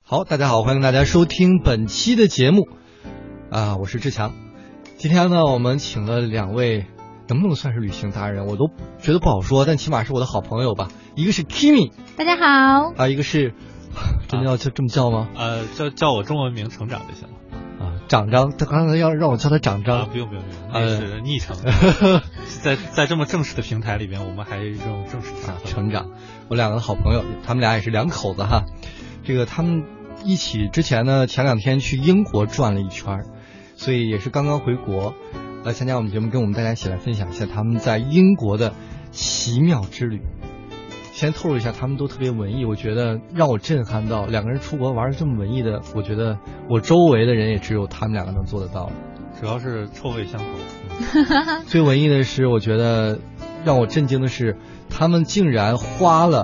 好，大家好，欢迎大家收听本期的节目啊，我是志强。今天呢，我们请了两位，能不能算是旅行达人，我都觉得不好说，但起码是我的好朋友吧。一个是 Kimi， 大家好啊，一个是，真的要这么叫吗？ 叫我中文名厂长就行了。 长张，他刚才要让我叫他长张， 不用，那是昵称。在这么正式的平台里面，我们还是用正式称成长。我两个好朋友，他们俩也是两口子哈。这个他们一起之前呢，前2天去英国转了一圈，所以也是刚刚回国来参加我们节目，跟我们大家一起来分享一下他们在英国的奇妙之旅。先透露一下，他们都特别文艺，我觉得让我震撼到，两个人出国玩这么文艺的，我觉得我周围的人也只有他们两个能做得到。 主要是臭味相投。 最文艺的是，我觉得让我震惊的是，他们竟然花了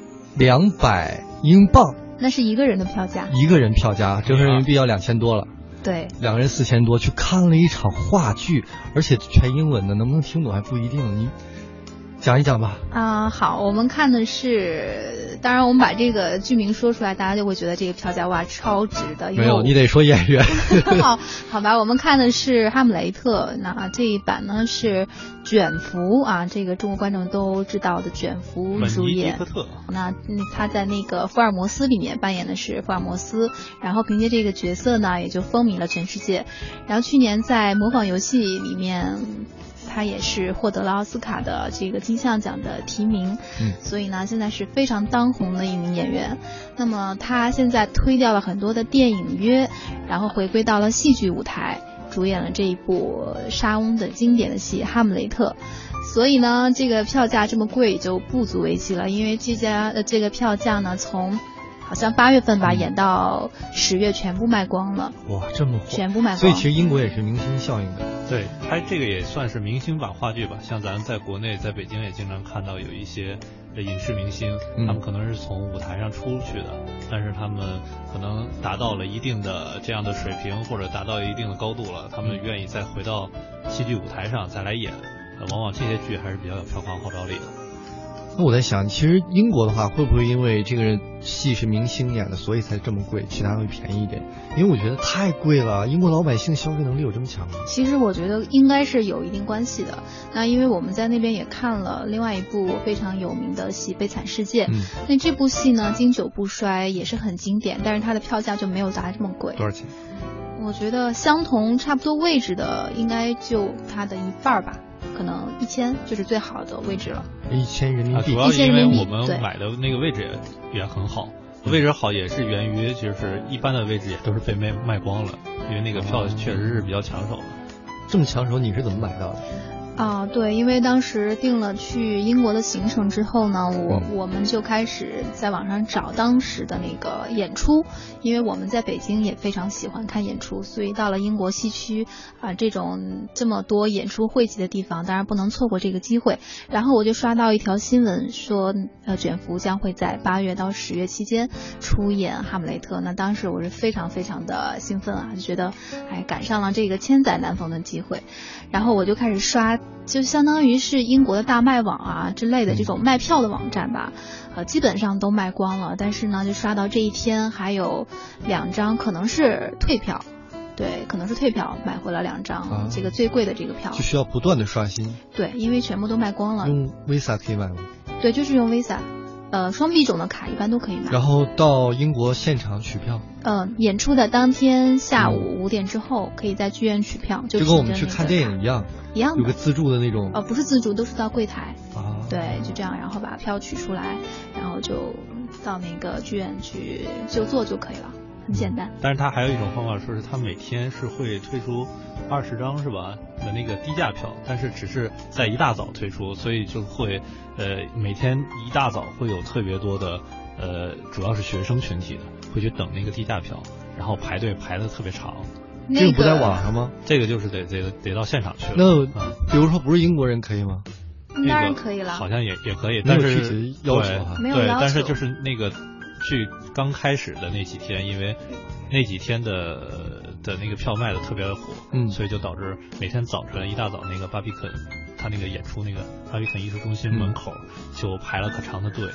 200英镑， 那是一个人的票价， 一个人票价折合人民币要2000多了。 对， 两个人4000多去看了一场话剧，而且全英文的，能不能听懂还不一定。你讲一讲吧。 好，我们看的是，当然我们把这个剧名说出来，大家就会觉得这个票价哇超值的。 没有，你得说演员。 好吧，我们看的是《哈姆雷特》，那这一版呢是卷福啊，这个中国观众都知道的卷福主演。那他在那个福尔摩斯里面扮演的是福尔摩斯，然后凭借这个角色呢，也就风靡了全世界。然后去年在模仿游戏里面，他也是获得了奥斯卡的这个金像奖的提名，所以呢，现在是非常当红的一名演员。那么他现在推掉了很多的电影约，然后回归到了戏剧舞台，主演了这一部莎翁的经典的戏《哈姆雷特》。所以呢，这个票价这么贵就不足为奇了，因为这个票价呢，从好像8月份吧，演到10月全部卖光了。 哇，这么火， 全部卖光。 所以其实英国也是明星效应的。 对，它这个也算是明星版话剧吧。像咱在国内，在北京也经常看到有一些影视明星，他们可能是从舞台上出去的，但是他们可能达到了一定的这样的水平，或者达到一定的高度了，他们愿意再回到戏剧舞台上再来演。往往这些剧还是比较有票房号召力的。 那我在想，其实英国的话，会不会因为这个人戏是明星演的，所以才这么贵，其他会便宜一点？因为我觉得太贵了，英国老百姓消费能力有这么强吗？ 其实我觉得应该是有一定关系的。那因为我们在那边也看了另外一部非常有名的戏《悲惨世界》，那这部戏呢经久不衰，也是很经典，但是它的票价就没有它这么贵。 多少钱？ 我觉得相同差不多位置的应该就它的一半吧，可能1000就是最好的位置了。 1000人民币， 主要因为我们买的那个位置也很好，位置好也是源于就是一般的位置也都是被卖光了，因为那个票确实是比较抢手的。 这么抢手，你是怎么买到的？ 对，因为当时定了去英国的行程之后呢，我们就开始在网上找当时的那个演出，因为我们在北京也非常喜欢看演出，所以到了英国西区这么多演出汇集的地方，当然不能错过这个机会。然后我就刷到一条新闻说，卷福将会在8月到10月期间出演哈姆雷特。那当时我是非常非常的兴奋啊，就觉得赶上了这个千载难逢的机会。然后我就开始刷，就相当于是英国的大麦网啊之类的这种卖票的网站吧，基本上都卖光了。但是呢，就刷到这一天还有2张，可能是退票，对，可能是退票买回了2张，这个最贵的这个票， 就需要不断的刷新。 对，因为全部都卖光了。 用 Visa 可以买吗？ 对，就是用 Visa。双币种的卡一般都可以买。 然后到英国现场取票。 演出的当天下午5点之后，可以在剧院取票，就跟我们去看电影一样的，有个自助的那种。 不是自助，都是到柜台。 对， 就这样，然后把票取出来，然后就到那个剧院去就坐就可以了。很简单。 但是它还有一种方法，说是它每天是会推出20张是吧的那个低价票，但是只是在一大早推出，所以就会每天一大早会有特别多的主要是学生群体的会去等那个低价票，然后排队排的特别长。 这个不在网上吗？ 这个就是得到现场去了。 那比如说不是英国人可以吗？ 当然可以了， 好像也可以，但是具体要求没有要求。 但是就是那个剧刚开始的那几天，因为那几天的那个票卖的特别的火，所以就导致每天早晨一大早那个巴比肯他那个演出那个巴比肯艺术中心门口就排了可长的队，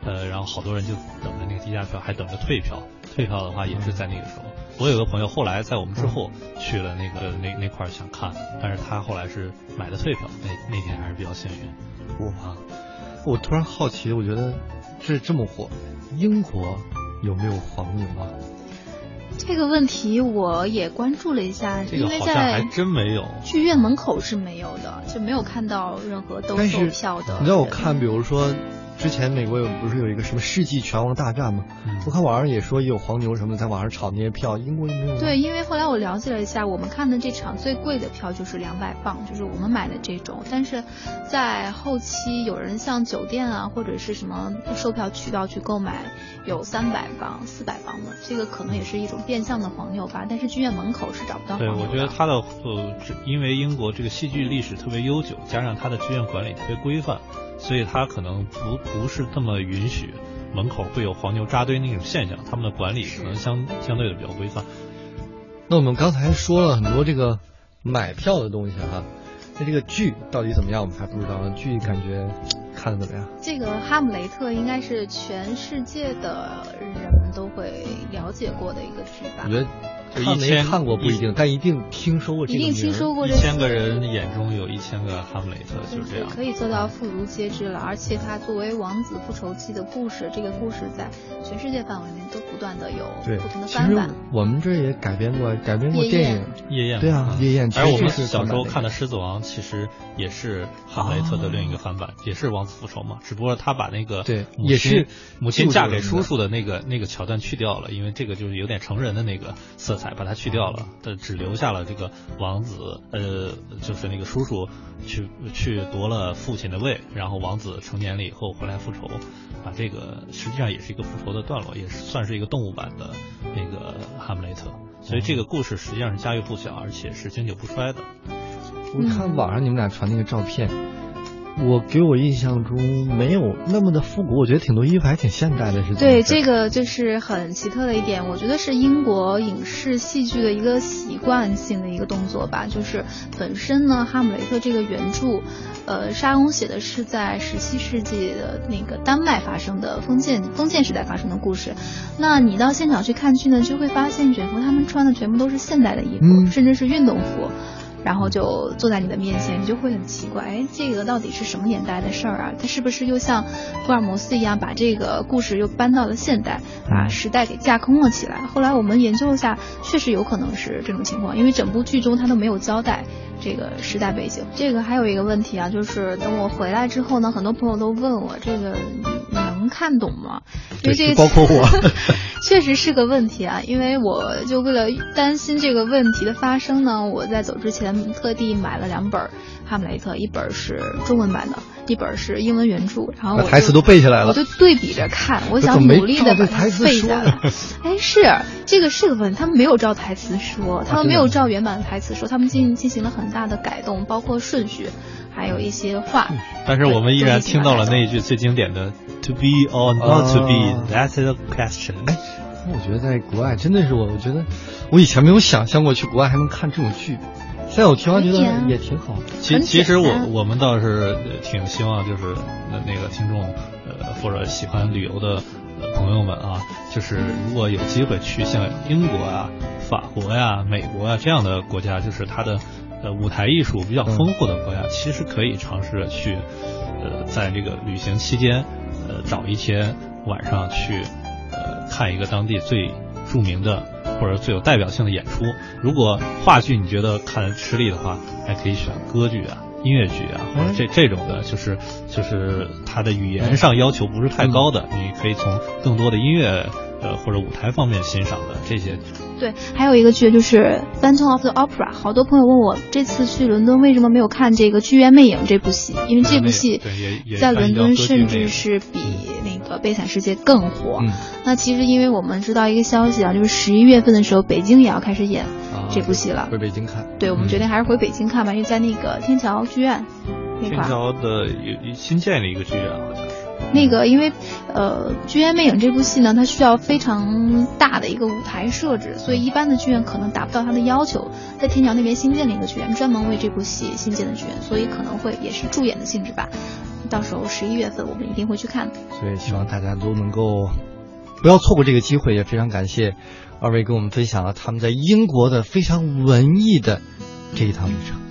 然后好多人就等着那个低价票，还等着退票。退票的话也是在那个时候。我有个朋友后来在我们之后去了那块想看，但是他后来是买的退票，那天还是比较幸运。 哇，我突然好奇，我觉得这么火，英国有没有黄牛啊？ 这个问题我也关注了一下， 这个好像还真没有， 剧院门口是没有的，就没有看到任何兜售票的。 你知道我看，比如说之前美国不是有一个什么世纪拳王大战吗？我看网上也说也有黄牛什么的在网上炒那些票，英国也没有。 对，因为后来我了解了一下，我们看的这场最贵的票就是200磅，就是我们买的这种。但是在后期有人像酒店啊或者是什么售票渠道去购买，有300磅、400磅的，这个可能也是一种变相的黄牛吧。但是剧院门口是找不到黄牛的。 对，我觉得它的因为英国这个戏剧历史特别悠久，加上它的剧院管理特别规范，所以它可能不是这么允许门口会有黄牛扎堆那种现象，他们的管理可能相对的比较规范。 那我们刚才说了很多这个买票的东西哈，那这个剧到底怎么样我们还不知道，剧感觉看得怎么样？ 这个《哈姆雷特》应该是全世界的人们都会了解过的一个剧吧？ 我觉得看没看过不一定，但一定听说过这个名。 一定听说过 1000个人眼中有1000个哈姆雷特，就是这样。 可以做到妇孺皆知了。而且它作为王子复仇记的故事，这个故事在全世界范围内都不断的有不同的翻版。 其实我们这也改编过电影夜宴。 对啊，夜宴。 而我们小时候看的《狮子王》其实也是哈姆雷特的另一个翻版，也是王子复仇嘛，只不过他把那个母亲嫁给叔叔的那个桥段去掉了，因为这个就是有点成人的那个色彩，把它去掉了。只留下了这个王子，就是那个叔叔去夺了父亲的位，然后王子成年了以后回来复仇，把这个实际上也是一个复仇的段落，也是算是一个动物版的那个哈姆雷特，所以这个故事实际上是家喻户晓，而且是经久不衰的。 我看网上你们俩传那个照片，给我印象中没有那么的复古，我觉得挺多衣服还挺现代的，是。 对，这个就是很奇特的一点，我觉得是英国影视戏剧的一个习惯性的一个动作吧。就是本身呢，《哈姆雷特》这个原著，莎翁写的是在17世纪的那个丹麦发生的封建时代发生的故事。那你到现场去看剧呢，就会发现卷福他们穿的全部都是现代的衣服，甚至是运动服。然后就坐在你的面前，你就会很奇怪，哎，这个到底是什么年代的事儿啊？他是不是又像福尔摩斯一样，把这个故事又搬到了现代，把时代给架空了起来？后来我们研究一下，确实有可能是这种情况，因为整部剧中他都没有交代这个时代背景。这个还有一个问题啊，就是等我回来之后呢，很多朋友都问我，这个你能看懂吗？因为这个包括我确实是个问题啊，因为我就为了担心这个问题的发生呢，我在走之前特地买了2本《哈姆雷特》，一本是中文版的，一本是英文原著，然后台词都背下来了， 我就对比着看，我想努力的把它背下来。哎，这个是个问题，他们没有照台词说，他们没有照原版的台词说，他们进行了很大的改动，包括顺序，还有一些话。 但是我们依然听到了那一句最经典的 "To be or not to be, that's the question"。 哎，我觉得在国外真的是我觉得我以前没有想象过去国外还能看这种剧。现在我听完觉得也挺好。 其实我们倒是挺希望就是那个听众或者喜欢旅游的朋友们啊，就是如果有机会去像英国啊、法国呀、美国啊这样的国家，就是它的舞台艺术比较丰富的国家，其实可以尝试着去在这个旅行期间找一天晚上去看一个当地最著名的或者最有代表性的演出。如果话剧你觉得看吃力的话，还可以选歌剧啊、音乐剧啊，或者这种的，就是它的语言上要求不是太高的，你可以从更多的音乐或者舞台方面欣赏的这些。 对，还有一个剧就是《Phantom of the Opera》，好多朋友问我这次去伦敦为什么没有看这个《剧院魅影》这部戏，因为这部戏在伦敦甚至是比那个《悲惨世界》更火。那其实因为我们知道一个消息啊，就是11月份的时候，北京也要开始演这部戏了。 回北京看。 对，我们决定还是回北京看吧，因为在那个天桥剧院那块。 天桥的新建的一个剧院好像是。 那个因为剧院魅影这部戏呢，它需要非常大的一个舞台设置，所以一般的剧院可能达不到它的要求。在天桥那边新建了一个剧院，专门为这部戏新建的剧院，所以可能会也是助演的性质吧。 到时候11月份我们一定会去看的。 所以希望大家都能够不要错过这个机会，也非常感谢二位跟我们分享了他们在英国的非常文艺的这一趟旅程。